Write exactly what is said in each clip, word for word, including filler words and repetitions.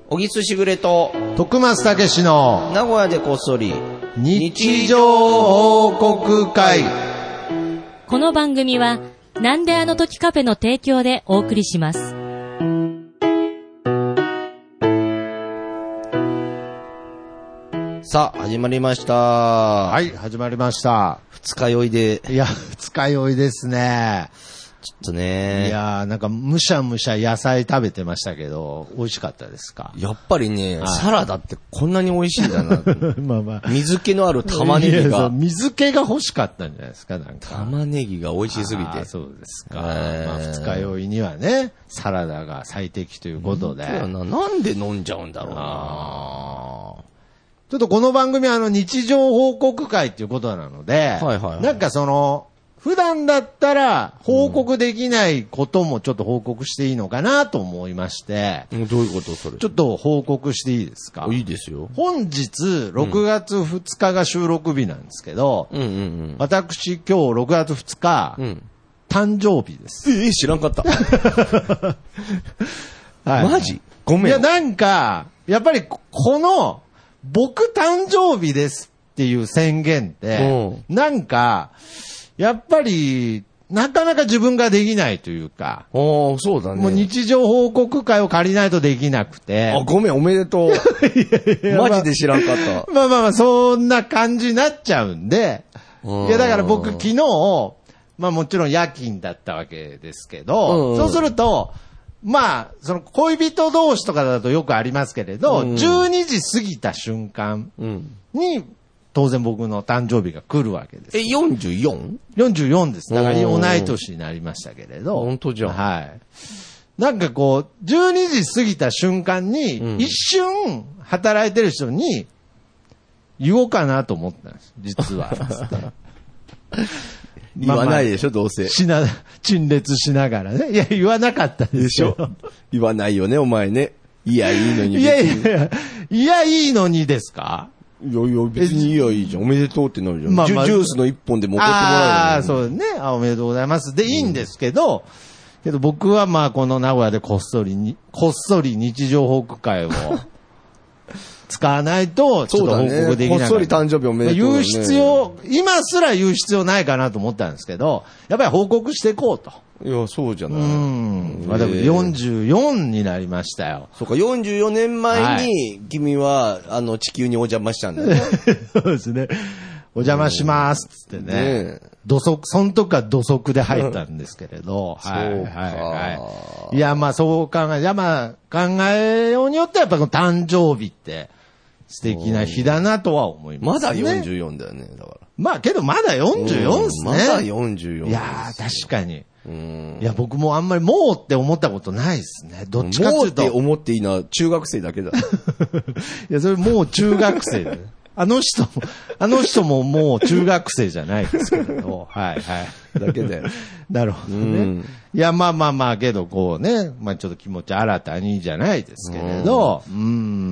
小木すしぐれと徳松たけしの名古屋でこっそり日常報告会。 この番組はなんであの時カフェの提供でお送りします。 さあ始まりました。 はい、始まりました。 二日酔いで。 いや、二日酔いですね。 ちょっとね。 いやー、なんかむしゃむしゃ野菜食べてましたけど、美味しかったですか？ やっぱりね、サラダってこんなに美味しいんだな。 まあまあ。 水気のある玉ねぎが。 水気が欲しかったんじゃないですか、なんか。 玉ねぎが美味しすぎて。 そうですか。まあ、二日酔いにはね、サラダが最適ということで。 な, なんで飲んじゃうんだろうな。 ちょっとこの番組はあの日常報告会っていうことなので、 はいはいはい、 なんかその、普段だったら報告できないこともちょっと報告していいのかなと思いまして。 うん、どういうことそれ？ ちょっと報告していいですか？ いいですよ。 本日、ろくがつふつかが収録日なんですけど、 うんうんうん、 私今日ろくがつふつか、うん、誕生日です。 えー、知らんかった。 はい、 マジ？ごめん。 いや、なんか、やっぱりこの、僕誕生日ですっていう宣言って、なんか、やっぱり、なかなか自分ができないというか。 おー、そうだね。 もう日常報告会を借りないとできなくて。 あ、ごめん、おめでとう。いやいやマジで知らんかった。 まあまあまあ、そんな感じになっちゃうんで。いや、だから僕昨日、まあもちろん夜勤だったわけですけど、そうすると、まあ、その恋人同士とかだとよくありますけれど、うん、じゅうにじ過ぎた瞬間に、当然僕の誕生日が来るわけです。 え、よんじゅうよん？ よんじゅうよんです。だから同い年になりましたけれど。 本当じゃん。 はい。なんかこう、じゅうにじ過ぎた瞬間に、一瞬働いてる人に言おうかなと思ったんです。実は。 言わないでしょ、どうせ。 しな、陳列しながらね。いや、言わなかったでしょ。 言わないよね、お前ね。いや、いいのに。 いやいや、いや、いいのにですか？ いやいや、別にいや、いいじゃん。おめでとうってなるじゃん。まあまあ、ジュースの一本でも送ってもらう、ね。 ああ、そうね。あ、おめでとうございます。で、いいんですけど、うん、けど僕はまあ、この名古屋でこっそりに、こっそり日常報告会を使わないと、ちょっと報告できない。 こっそり誕生日おめでとう、ね。 言う必要、今すら言う必要ないかなと思ったんですけど、やっぱり報告していこうと。 いや、そうじゃない。 うん。まあでもよんじゅうよんになりましたよ。 そうか、よんじゅうよねんまえに、君は、はい、あの、地球にお邪魔したんだね。 そうですね。お邪魔しますっつってね。ね土足、その時は土足で入ったんですけれど。はい、はい、はい。いや、まあそう考え、いやまあ考えようによってはやっぱこの誕生日って素敵な日だなとは思いますね。 まだよんじゅうよんだよね、だから。 まあけどまだよんじゅうよんっすね。 まだよんじゅうよん。 いやー、確かに。いや、僕もあんまりもうって思ったことないですね。どっちかっていうと。 もうって思っていいのは中学生だけだ。 いや、それもう中学生だよ。あの人も、あの人ももう中学生じゃないですけれど。はいはい。 だけで。 なるほどね。いや、まあまあまあ、けどこうね、まあちょっと気持ち新たにじゃないですけれど。うん。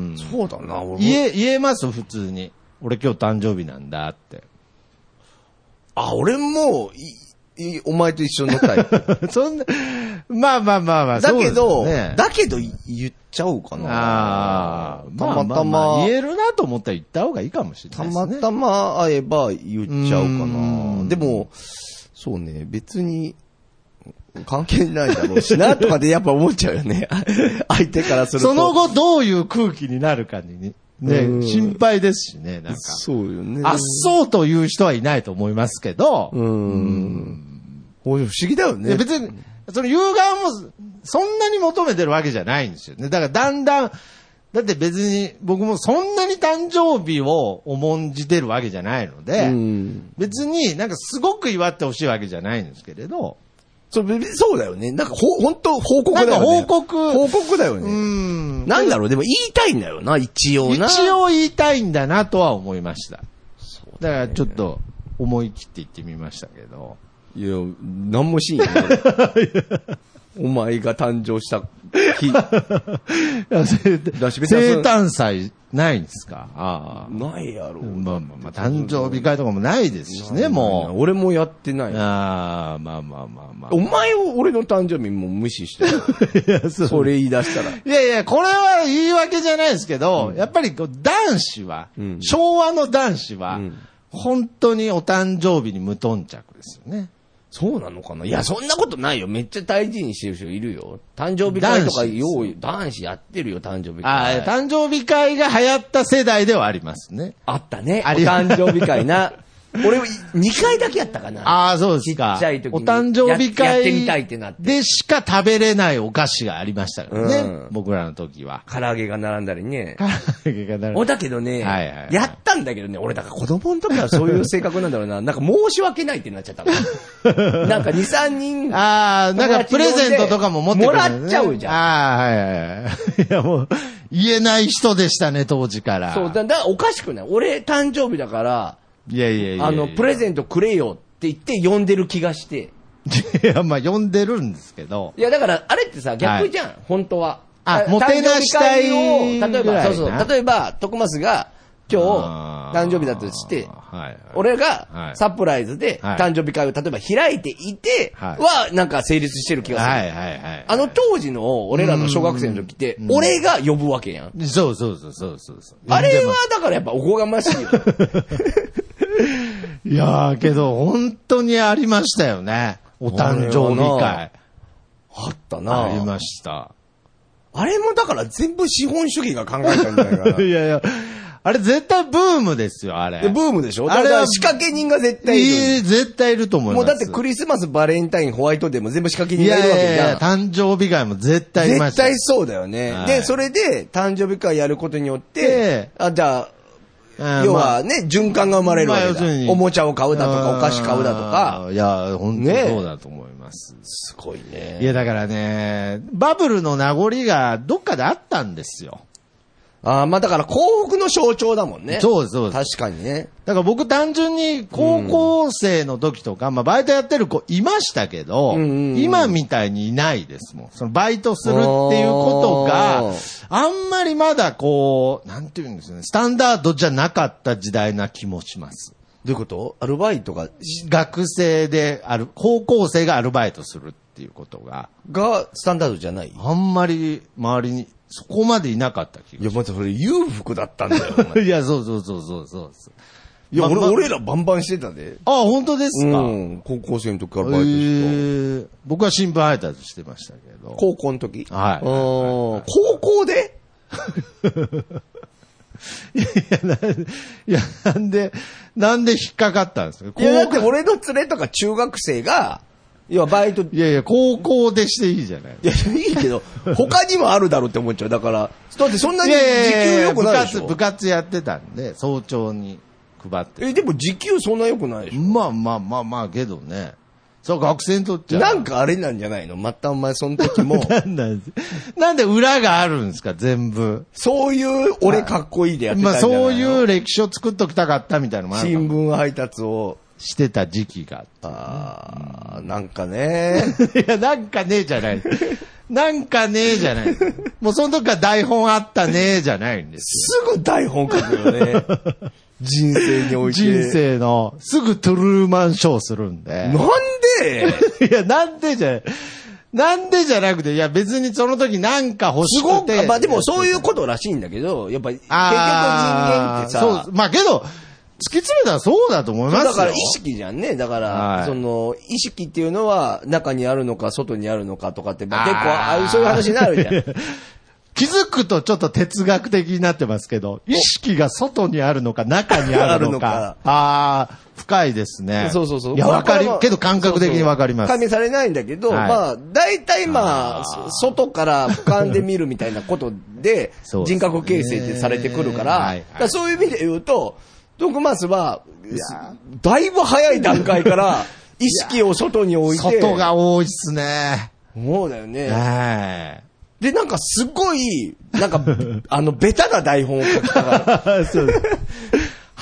んそうだな、俺。 言え、言えます普通に。俺今日誕生日なんだって。 あ、俺も、いお前と一緒のタイプ。 そんな、まあまあまあまあ、 だけど、 ね、 だけど言っちゃおうかな。 ああ、 たまたま、まあまあ言えるなと思ったら言った方がいいかもしれないですね。 たまたま会えば言っちゃおうかな。でも、そうね、別に、関係ないだろうしな、とかでやっぱ思っちゃうよね。相手からすると。 その後どういう空気になるかにね。ね、心配ですしね、なんか。 そうよね。 あっそうという人はいないと思いますけど。 うん。うん不思議だよね。 別に、その言う側もそんなに求めてるわけじゃないんですよね。だからだんだん、だって別に僕もそんなに誕生日を重んじてるわけじゃないので、うん、別になんかすごく祝ってほしいわけじゃないんですけれど、 そう、そうだよね。なんかほ、本当報告だよね。なんか報告。 報告だよね。うん。なんだろう、でも言いたいんだよな、一応な。 一応言いたいんだなとは思いました。そうだからちょっと思い切って言ってみましたけど。 いや、なんもしんよね。お前が誕生したき生誕祭ないんですか？ああ。 ないやろ。 まあまあまあ、誕生日会とかもないですしね、もう。 俺もやってない。 ああ、まあまあまあまあ。 お前を俺の誕生日も無視してる。いや、そ, それ言い出したら。 いやいや、これは言い訳じゃないですけど、うん、やっぱりこう男子は、うん、昭和の男子は、うん、本当にお誕生日に無頓着ですよね。 そうなのかな。いや、そんなことないよ。めっちゃ大事にしてる人いるよ。誕生日会とか用意、男子やってるよ、誕生日会。 ああ、誕生日会が流行った世代ではありますね。 あったね。お誕生日会な。俺にかいだけやったかな。 ああ、そうですか。 ちっちゃい時に。 お誕生日会やってみたいってなって。 でしか食べれないお菓子がありましたからね。うん、僕らの時は。 唐揚げが並んだりね。 唐揚げが並んだり。 おだけどね、はいはいはい、やったんだけどね、俺だから子供の時はそういう性格なんだろうな。なんか申し訳ないってなっちゃったの。なんかに、さんにん。 ああ、なんかプレゼントとかも持ってくる、ね。 もらっちゃうじゃん。 ああ、はいはいはい。いやもう、言えない人でしたね、当時から。 そう、だからおかしくない。俺誕生日だから、 いやいやいや。 あの、プレゼントくれよって言って呼んでる気がして。 いや、まあ呼んでるんですけど。 いや、だから、あれってさ、逆じゃん、はい、本当は。 あ、もてなしたい。 例えば、そうそう。例えば、徳松が今日、誕生日だとして、はいはい、俺がサプライズで誕生日会を例えば開いていて、は、はい、なんか成立してる気がする。はいはいはい、あの当時の俺らの小学生の時って、俺が呼ぶわけやん。 そうそうそうそうそう。 あれはだからやっぱおこがましいよ。 いやーけど本当にありましたよね。お誕生日会。 あったな。 ありました。 あれもだから全部資本主義が考えたんじゃないかな。 いやいや。あれ絶対ブームですよ、あれ。 ブームでしょ？あれは仕掛け人が絶対いる。 絶対いると思います。 もうだってクリスマス、バレンタイン、ホワイトデーも全部仕掛け人がいるわけじゃん。いやいや誕生日会も絶対いました。 絶対そうだよね。はい、で、それで誕生日会やることによって、あ、じゃあ、要はね、まあ、循環が生まれるわけだ。まあ、おもちゃを買うだとか、お菓子買うだとか。 いや、本当にそうだと思います、 ね。すごいね。 いや、だからね、バブルの名残がどっかであったんですよ。 ああ、まあだから幸福の象徴だもんね。 そうです、そうです。 確かにね。 だから僕単純に高校生の時とか、うん、まあバイトやってる子いましたけど、うんうんうん、今みたいにいないですもん。そのバイトするっていうことが、あんまりまだこう、なんていうんですかね、スタンダードじゃなかった時代な気もします。 どういうこと？アルバイトが学生である、高校生がアルバイトするっていうことが。 が、スタンダードじゃない？ あんまり周りに、そこまでいなかった気がする。 いや、またそれ裕福だったんだよ。 いや、そうそうそうそうそう。 いや、ま、俺、ま、俺らバンバンしてたで。 あ、本当ですか？ うん。高校生の時からバイトしてた。えー、 僕は新聞配達してましたけど。 高校の時？ はい。 高校でいや、いや、なんで、なんで引っかかったんですか？ いや、だって俺の連れとか中学生が、いや、バイト。いやいや、高校でしていいじゃない。 いや、いいけど、他にもあるだろうって思っちゃう。だから、だってそんなに時給良くないでしょ。 部活、部活やってたんで、早朝に配って。 え、でも時給そんな良くないでしょ。 まあまあまあまあ、けどね。そう、学生にとっては。 なんかあれなんじゃないの？またお前その時も。 なんなんなんで裏があるんですか、全部。 そういう、俺かっこいいでやってたんじゃないの？ まあそういう歴史を作っときたかったみたいなのもある。 新聞配達を。 してた時期があって、ね。 ああ、なんかね。 いや、なんかねえじゃない。なんかねえじゃない。もうその時から台本あったねえじゃないんですよ。すぐ台本書くよね。人生において。 人生の、すぐトゥルーマンショーするんで。 なんでいや、なんでじゃない。なんでじゃなくて、いや別にその時なんか欲しくて。 すごく、まあでもそういうことらしいんだけど、やっぱり結局人間ってさ。 そう、まあけど、突き詰めたらそうだと思いますよ。 だから意識じゃんね。だから、はい、その、意識っていうのは中にあるのか外にあるのかとかって、まあ、結構ああそういう話になるじゃん。 気づくとちょっと哲学的になってますけど、意識が外にあるのか中にあるのか。ああ、深いですね。 そうそうそう。 いや、わかり、けど感覚的にわかります。 加味されないんだけど、はい、まあ、大体まあ、外から俯瞰で見るみたいなことで、人格形成ってされてくるから、はいはい、だからそういう意味で言うと、徳松は、だいぶ早い段階から、意識を外に置いて。 外が多いっすね。 そうだよね。で、なんかすごい、なんか、あの、ベタな台本を書きたがる。そうです。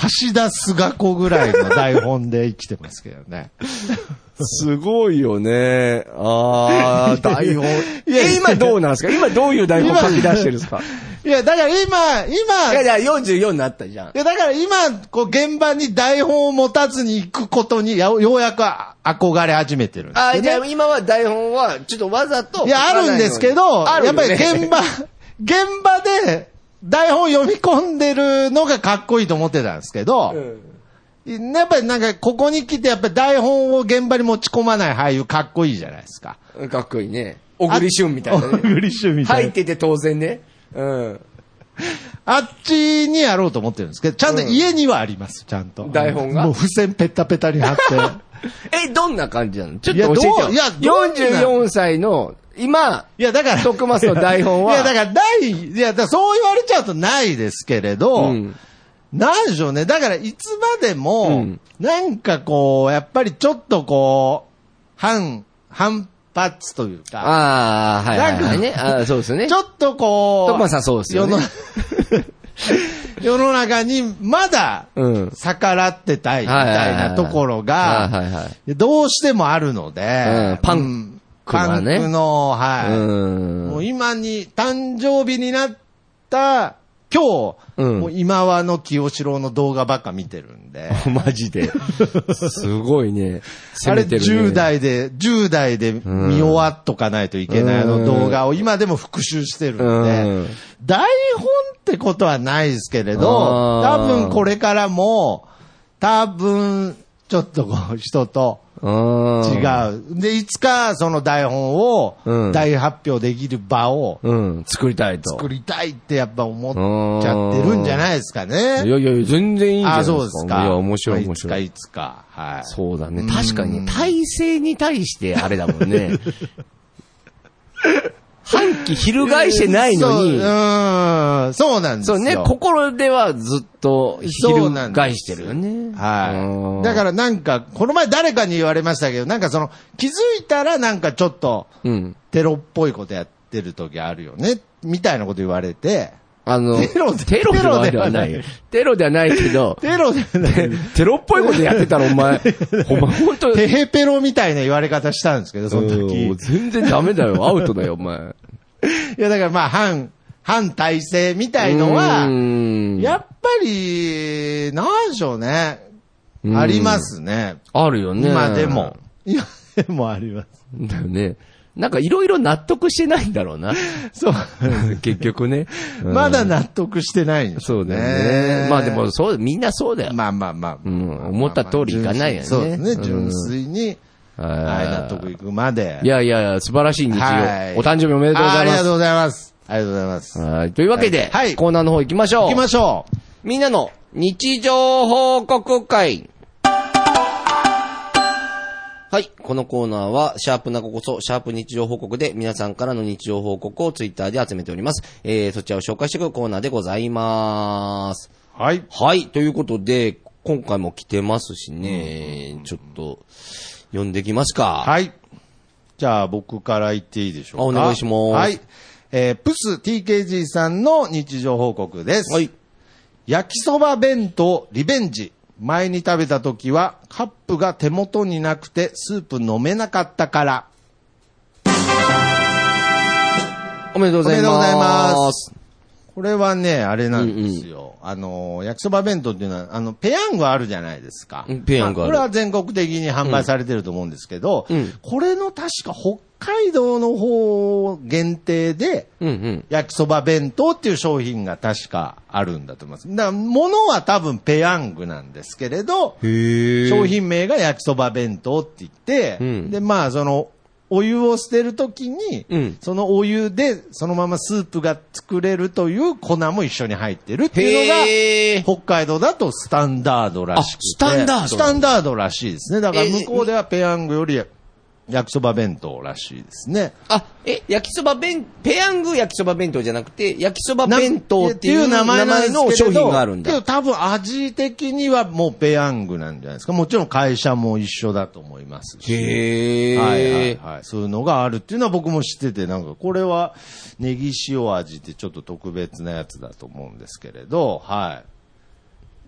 橋田須賀子ぐらいの台本で生きてますけどね。 すごいよね。ああ、台本。え、今どうなんですか？今どういう台本書き出してるんですか？ いや、だから今、今。 いやいや、よんじゅうよんになったじゃん。いや、だから今、こう、現場に台本を持たずに行くことに、ようやく憧れ始めてるんですけど、ね。 あ、じゃあ今は台本は、ちょっとわざと。 いや、あるんですけど、ね、やっぱり現場、現場で台本読み込んでるのがかっこいいと思ってたんですけど、うんやっぱりなんか、ここに来て、やっぱり台本を現場に持ち込まない俳優かっこいいじゃないですか。 かっこいいね。小栗旬みたいなね。 小栗旬みたいな。 入ってて当然ね。うん。 あっちにやろうと思ってるんですけど、ちゃんと家にはあります、ちゃんと。 台本がもう付箋ペタペタに貼って。 え、どんな感じなのちょっと教えてよ。いや、よんじゅうよんさいの、今、 いや、だから、 徳松の台本は。 いや、だから、ない、いや、だからそう言われちゃうとないですけれど、うんなんでしょうね。だから、いつまでも、うん、なんかこう、やっぱりちょっとこう、反、反発というか。 ああ、はいはい、はい、ね。あそうですね。 ちょっとこう、 徳間さんそうですよね。 世の中にまだ逆らってたいみたいなところが、どうしてもあるので、 うん、パンク、 ね、パンクの、はい。うんもう今に誕生日になった今日、うん、もう今和の清志郎の動画ばっか見てるんで。 マジで。すごいね。 あれじゅう代で、じゅう代で見終わっとかないといけないあの動画を今でも復習してるんで、ん台本ってことはないですけれど、多分これからも、多分、ちょっとこう人と、違う。で、いつかその台本を大発表できる場を、 うん、作りたいと。 作りたいってやっぱ思っちゃってるんじゃないですかね。 いやいや、全然いいじゃないですか。 あ、そうですか。 いや、面白い面白い。 いつかいつか。はい。 そうだね。確かに、体制に対してあれだもんね。反旗翻してないのに。 そう、うん、そうなんですよ。 そうね、心ではずっと翻してるよね。 はい。だからなんか、この前誰かに言われましたけど、なんかその、気づいたらなんかちょっと、テロっぽいことやってる時あるよね、みたいなこと言われて、 あの、テロ、テロではないよ。テロではないけど、 テロではない。 テロっぽいことやってたらお前、お前本当テヘペロみたいな言われ方したんですけど、その時。 全然ダメだよ。アウトだよ、お前。 いや、だからまあ、反、反体制みたいのは、やっぱり、なんでしょうね。ありますね。 あるよね。 今でも。今でもあります。 だよね。なんかいろいろ納得してないんだろうな。 そう。 結局ね、 うん。まだ納得してないんですよね。そうだよね。まあでもそう、みんなそうだよ。 まあまあまあ。 うん、思った通りいかないよね。 そうですね。純粋に。はい、納得いくまで。 いやいやいや、素晴らしい日曜。はい、お誕生日おめでとうございます。 ありがとうございます。ありがとうございます。 はい。というわけで、はい、コーナーの方行きましょう。 行きましょう。 みんなの日常報告会。はい。このコーナーは、シャープなここそ、シャープ日常報告で、皆さんからの日常報告をツイッターで集めております。えー、そちらを紹介していくコーナーでございます。 はい。 はい。ということで、今回も来てますしね、うん、ちょっと、読んできますか。 はい。じゃあ、僕から言っていいでしょうか。 お願いします。 はい。えー、プス ティーケージー さんの日常報告です。はい。焼きそば弁当リベンジ。前に食べた時はカップが手元になくてスープ飲めなかったから。 おめでとうございます。おめでとうございます。 これはね、あれなんですよ。うんうん、あの、焼きそば弁当っていうのは、あの、ペヤングあるじゃないですか。 ペヤングある。 これは全国的に販売されてると思うんですけど、うん、これの確か北海道の方限定で、うんうん、焼きそば弁当っていう商品が確かあるんだと思います。だから、物は多分ペヤングなんですけれど、商品名が焼きそば弁当って言って、うん、で、まあ、その、お湯を捨てるときに、うん、そのお湯でそのままスープが作れるという粉も一緒に入ってるっていうのが、北海道だとスタンダードらしくて。 スタンダードスタンダードらしいですね。だから向こうではペヤングより焼きそば弁当らしいですね。 あ、え、焼きそば弁、ペヤング焼きそば弁当じゃなくて、焼きそば弁当っていう名前の商品があるんだ。 けど多分味的にはもうペヤングなんじゃないですか。もちろん会社も一緒だと思いますし。 へー。 はいはいはい。そういうのがあるっていうのは僕も知ってて、なんかこれはネギ塩味ってちょっと特別なやつだと思うんですけれど、はい。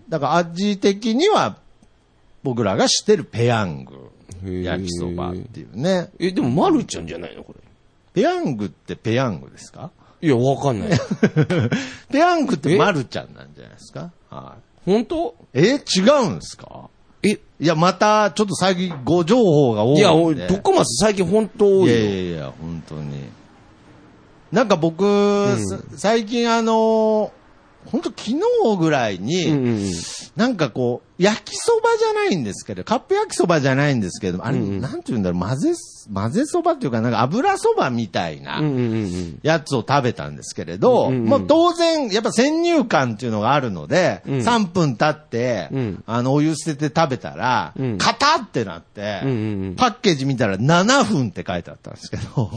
だから味的には、僕らが知ってるペヤング焼きそばっていうね。 え、でもマルちゃんじゃないのこれ。 ペヤングってペヤングですか？ いや、わかんない。 ペヤングってマルちゃんなんじゃないですか？はい。 本当？ え、違うんですか？ え、 いや、また、ちょっと最近ご情報が多いんで。 いや、俺、どこまで最近本当多いよ。 いやいやいや、本当に。なんか僕、うん、最近あの、本当昨日ぐらいに、うんうん、なんかこう、焼きそばじゃないんですけど、カップ焼きそばじゃないんですけど、あれ、うんうん、なんて言うんだろう、混ぜ、混ぜそばっていうか、なんか油そばみたいなやつを食べたんですけれど、うんうんうん、もう当然、やっぱ先入観っていうのがあるので、うん、さんぷん経って、うん、あの、お湯捨てて食べたら、うん、カタってなって、うんうんうん、パッケージ見たらななふんって書いてあったんですけど、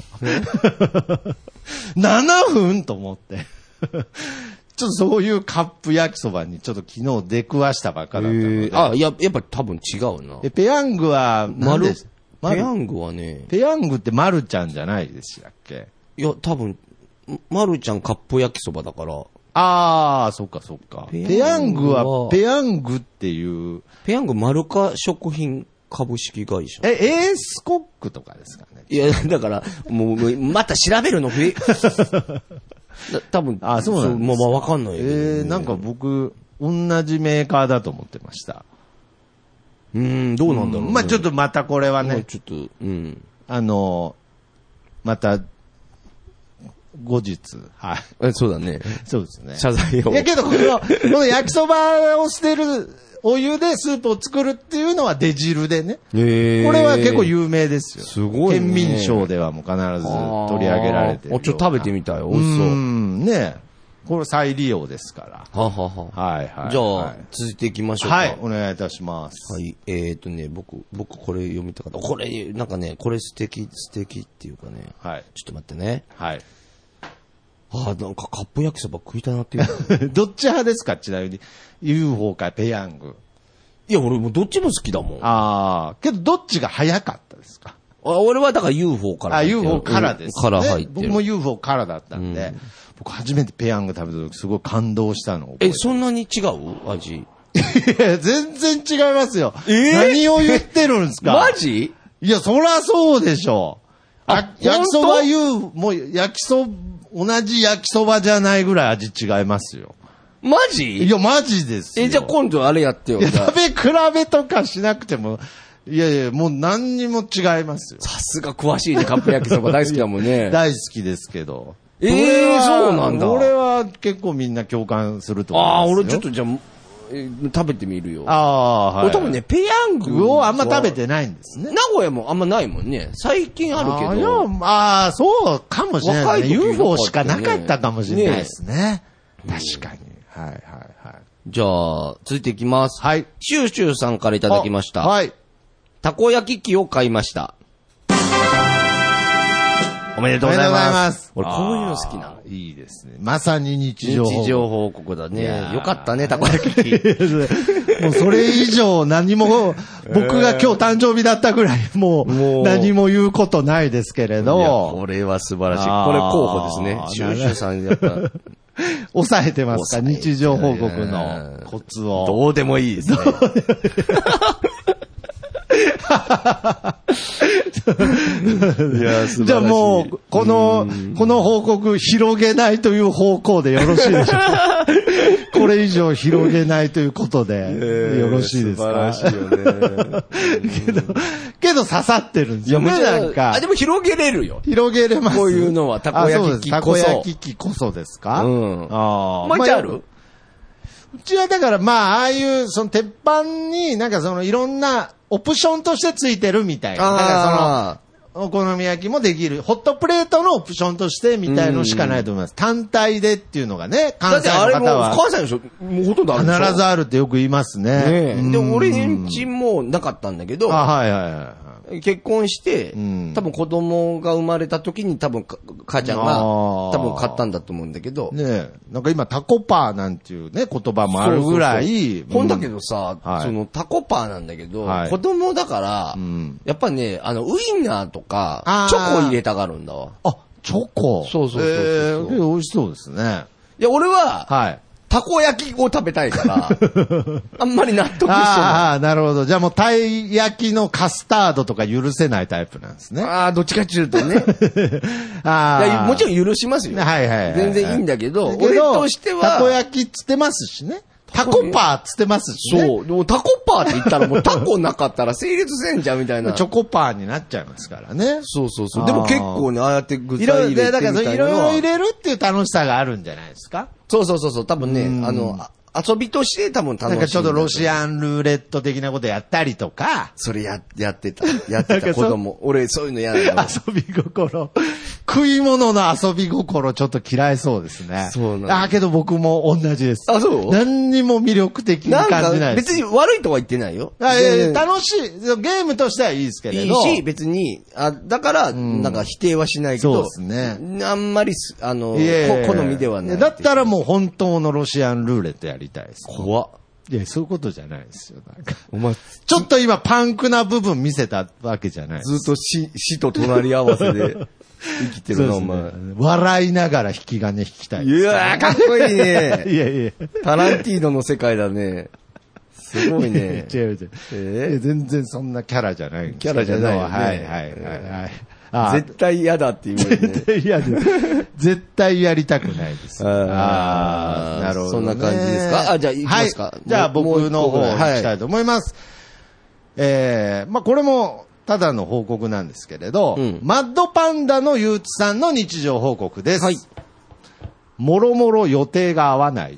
ななふんと思って。ちょっとそういうカップ焼きそばにちょっと昨日出くわしたばっかだったので。 あ、や、やっぱ多分違うな。 え、ペヤングは何です？ ペヤングはね。 ペヤングってマルちゃんじゃないでしたっけ？ いや、多分、マルちゃんカップ焼きそばだから。 ああ、そっかそっか。ペヤングは、ペヤングっていう。 ペヤングマルカ食品株式会社。 え、エースコックとかですかね？ いや、だから、もう、また調べるの増え、多分、 あ、そうなんです。 まあ、まあ、わかんないけど、ね。 えー、なんか僕、同じメーカーだと思ってました。 うーん、どうなんだろう、ね。 まあ、ちょっとまたこれはね。 ちょっと、うん。 あの、また、後日。はい。 え、そうだね。 そうですね。 謝罪を。 いやけど、この、この焼きそばを捨てる、お湯でスープを作るっていうのは出汁でね。 へー。 これは結構有名ですよ。 すごいね。 県民賞ではもう必ず取り上げられてる。 お、ちょっと食べてみたい。美味しそう。うん、 ね。これ再利用ですから。 ははは。 はいはい。 じゃあ、はい、続いていきましょうか。 はい、お願いいたします。 はい。えーとね、僕、僕これ読みたかった。これ、なんかね、これ素敵、素敵っていうかね。 はい。 ちょっと待ってね。 はい。 ああ、なんかカップ焼きそば食いたなっていう。 どっち派ですかちなみに。ユーフォー かペヤング。 いや、俺もうどっちも好きだもん。 ああ。けどどっちが早かったですか？ あ、俺はだから ユーフォー から入ってる。あ、ユーフォー からです、ね。 から入ってる。 僕も ユーフォー からだったんで、うん、僕初めてペヤング食べた時すごい感動したの。 え、そんなに違う味？いや、全然違いますよ。えー、何を言ってるんですか？ マジ？ いや、そらそうでしょう。あ、焼きそば U、もう焼きそ、同じ焼きそばじゃないぐらい味違いますよ。 マジ？ いや、マジですよ。 え、じゃあ今度あれやってよ。 いや、食べ比べとかしなくても、いやいや、もう何にも違いますよ。 さすが詳しいね、カップ焼きそば大好きだもんね。 大好きですけど。 ええー、そうなんだ。 俺は結構みんな共感すると思いますよ。 ああ、俺ちょっとじゃあ、えー、食べてみるよ。 ああ、はい。 俺多分ね、ペヤングをあんま食べてないんですね。 名古屋もあんまないもんね。最近あるけど。 あ, いやああ、そうかもしれない、ね。ユーフォー しかなかったかもしれないですね。ね、確かに。はいはいはい。 じゃあ、続いていきます。 はい。 シューシューさんからいただきました。 はい。 たこ焼き器を買いました。おめでとうございます。俺、こういうの好きなの。 いいですね。まさに日常報告。 日常報告だね。よかったね、たこ焼き器。 もうそれ以上何も、僕が今日誕生日だったぐらい、もう何も言うことないですけれど。いや、 これは素晴らしい。これ候補ですね。シューシューさんやった。 抑えてますか、日常報告のコツを。 どうでもいいですね。いや、素晴らしい。 じゃあもう、この、この報告広げないという方向でよろしいでしょうか。これ以上広げないということで、よろしいですか。 素晴らしいよね。 けど、けど刺さってるんですよね、なんか。 あ、でも広げれるよ。 広げれます。 こういうのは、たこ焼き器こそ。 たこ焼き器こそですか？ うん。ああ。もう一回ある？ うちはだから、まあ、ああいう、その鉄板になんかそのいろんなオプションとしてついてるみたいな。だからその、お好み焼きもできる。ホットプレートのオプションとしてみたいのしかないと思います。単体でっていうのがね、関西の方は。だってあれも関西の人、もうほとんどあるでしょ。 必ずあるってよく言いますね。 ねで、俺んちもなかったんだけど。 あ、はいはいはい。 結婚して、うん、多分子供が生まれた時に多分母ちゃんが多分買ったんだと思うんだけど。 ねえ。なんか今タコパーなんていうね、言葉もあるぐらい。そうそうそうほんだけどさ、うん、そのタコパーなんだけど、はい、子供だから、うん、やっぱね、あの、ウインナーとか、チョコ入れたがるんだわ。 あ、チョコそうそうそうそう。 えー、美味しそうですね。 いや、俺は、 はい。 たこ焼きを食べたいから、あんまり納得してない。 ああ、なるほど。じゃあもう、たい焼きのカスタードとか許せないタイプなんですね。 ああ、どっちかっていうとね。ああ。もちろん許しますよ。 はいはいはい、はい。 全然いいんだけど、俺としては。 たこ焼きっつってますしね。タコパーっつってますしね。 そう。でもタコパーって言ったらもうタコなかったら成立せんじゃんみたいな。 チョコパーになっちゃいますからね。 そうそうそう。でも結構ね、ああやって具材入れてみたいな。 だからいろいろ入れるっていう楽しさがあるんじゃないですか。 そうそうそうそう。多分ね、あの、遊びとして多分楽しい。 なんかちょっとロシアンルーレット的なことやったりとか。 それや、やってた。やってた子供。俺そういうの嫌なの。 遊び心。食い物の遊び心ちょっと嫌いそうですね。 そうなんだ。あ、けど僕も同じです。 あ、そう何にも魅力的に感じないです。 なんか別に悪いとは言ってないよ。 あいやいや楽しい。ゲームとしてはいいですけれど。 いいし、別に、あ、だから、なんか否定はしないけど。 そうですね。 あんまり、あの、 いやいや好みではない。 だったらもう本当のロシアンルーレットやりたいです。 怖っ。 いや、そういうことじゃないですよ。なんかお前、 ちょっと今パンクな部分見せたわけじゃない。 ずっと死、死と隣り合わせで生きてるな、お前。 笑いながら引き金引きたい。 いやー、かっこいいね。 いやいや。 タランティーノの世界だね。すごいね。 違う違う。えー、全然そんなキャラじゃないんですキャラじゃないよね。 はいはいはいはい。 絶対嫌だって言うよね。 絶対嫌です。絶対やりたくないです。 ああ、なるほど、ね。そんな感じですか。あ、じゃあ行きますか。はい、 じゃあ僕の方行きたいと思います。はい、えー、まあこれもただの報告なんですけれど、うん、マッドパンダのゆうつさんの日常報告です。はい。もろもろ予定が合わない。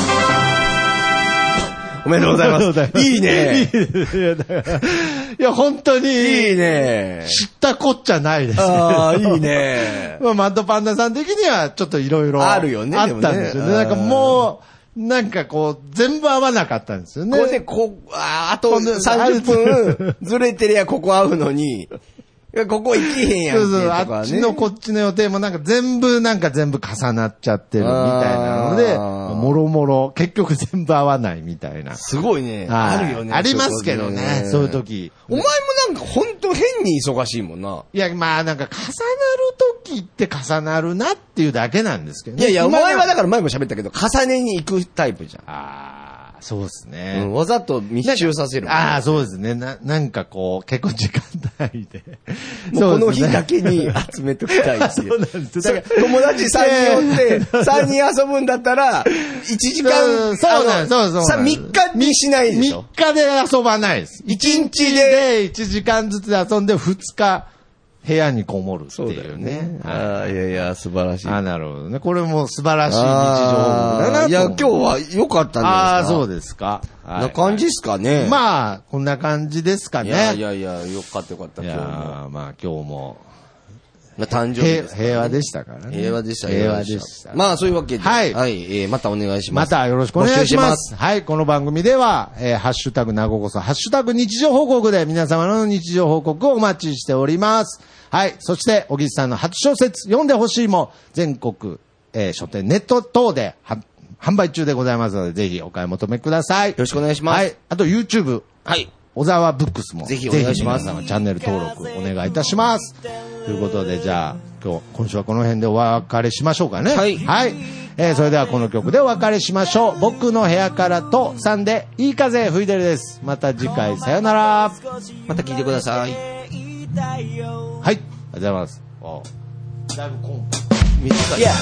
おめでとうございます。いいね。 いや、本当に。 いいね。 知ったこっちゃないです。 ああ、いいね。 まあ、マッドパンダさん的にはちょっといろいろ。 あるよね。 あったんですよね。なんかもう、なんかこう、全部合わなかったんですよね。 これで、こう、ああとさんじゅっぷんずれてりゃここ合うのに。ここ行けへんやん、ね。そうそう、 あっちのこっちの予定もなんか全部なんか全部重なっちゃってるみたいなので、もろもろ、結局全部合わないみたいな。 すごいね。あるよね。 ありますけどね、そういう時。 お前もなんか本当変に忙しいもんな。 いや、まあなんか重なる時って重なるなっていうだけなんですけどね。 いやいや、お前はだから前も喋ったけど、重ねに行くタイプじゃん。 ああ。そうですね、 うん。わざと密集させる。 ああ、そうですね。な、なんかこう、結構時間帯で。 もうこの日だけに集めておきたいっていう。そうなんです。だから友達さんにんおって、さんにん遊ぶんだったら、いちじかん、 そうなんです。そうそう。 さ、みっかにしないでしょ。 みっかで遊ばないです。いちにちでいちじかんずつで遊んでふつか、部屋にこもるっていうね。そうだよね。 ああ、いやいや、素晴らしい。 あなるほどね。これも素晴らしい日常だなと。 いや、今日は良かったんですか。 ああ、そうですか。 はい、な感じですかね。 まあ、こんな感じですかね。いやいやいや、よかったよかった、今日も。 まあ、今日も。 まあ、誕生日ですからね。 平和でしたからね。 平和でした、 平和でした。 まあ、そういうわけで。 はい。 はい。えー、またお願いします。 またよろしくお願いします。はい。この番組では、えー、ハッシュタグなごこそ、ハッシュタグ日常報告で皆様の日常報告をお待ちしております。はい。そして、小木さんの初小説、読んでほしいも、全国、えー、書店、ネット等で、販売中でございますので、ぜひお買い求めください。よろしくお願いします。はい。 あと、YouTube。 はい。 小沢ブックスも。 ぜひお願いします。 ぜひ皆様チャンネル登録お願いいたします。ということで、じゃあ、今日、今週はこの辺でお別れしましょうかね。 はい。 はい。えー、それではこの曲でお別れしましょう。僕の部屋からとさんで、いい風吹いてるです。また次回、さよなら。 また聞いてください。はい。 ありがとうございます。あだいぶコンパ。 短い。Yeah.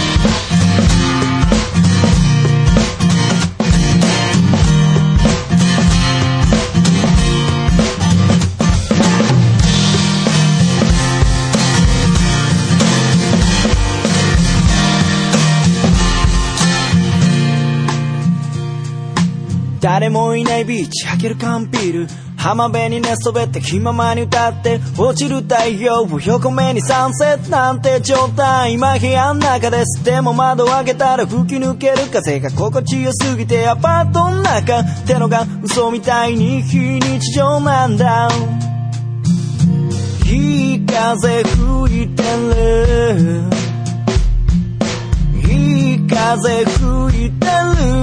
誰もいないビーチ開ける缶ビール浜辺に寝そべって気ままに歌って落ちる太陽を横目にサンセットなんて状態今部屋の中ですでも窓を開けたら吹き抜ける風が心地よすぎてアパートの中ってのが嘘みたいに非日常なんだいい風吹いてるいい風吹いてる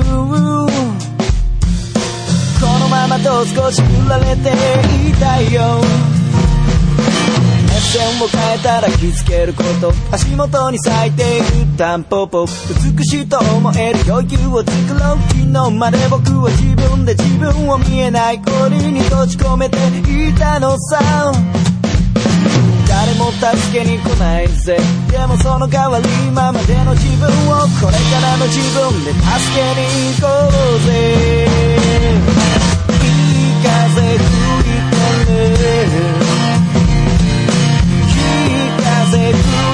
このままと少し振られていたいよメッ線を変えたら気づけること、足元に咲いているタンポポ、美しいと思える余裕を作ろう。昨日まで僕は自分で自分を見えない氷に閉じ込めていたのさ。誰も助けに来ないぜ、でもその代わり今までの自分をこれからの自分で助けに行こうぜ。いい風吹いてる、いい風吹いてる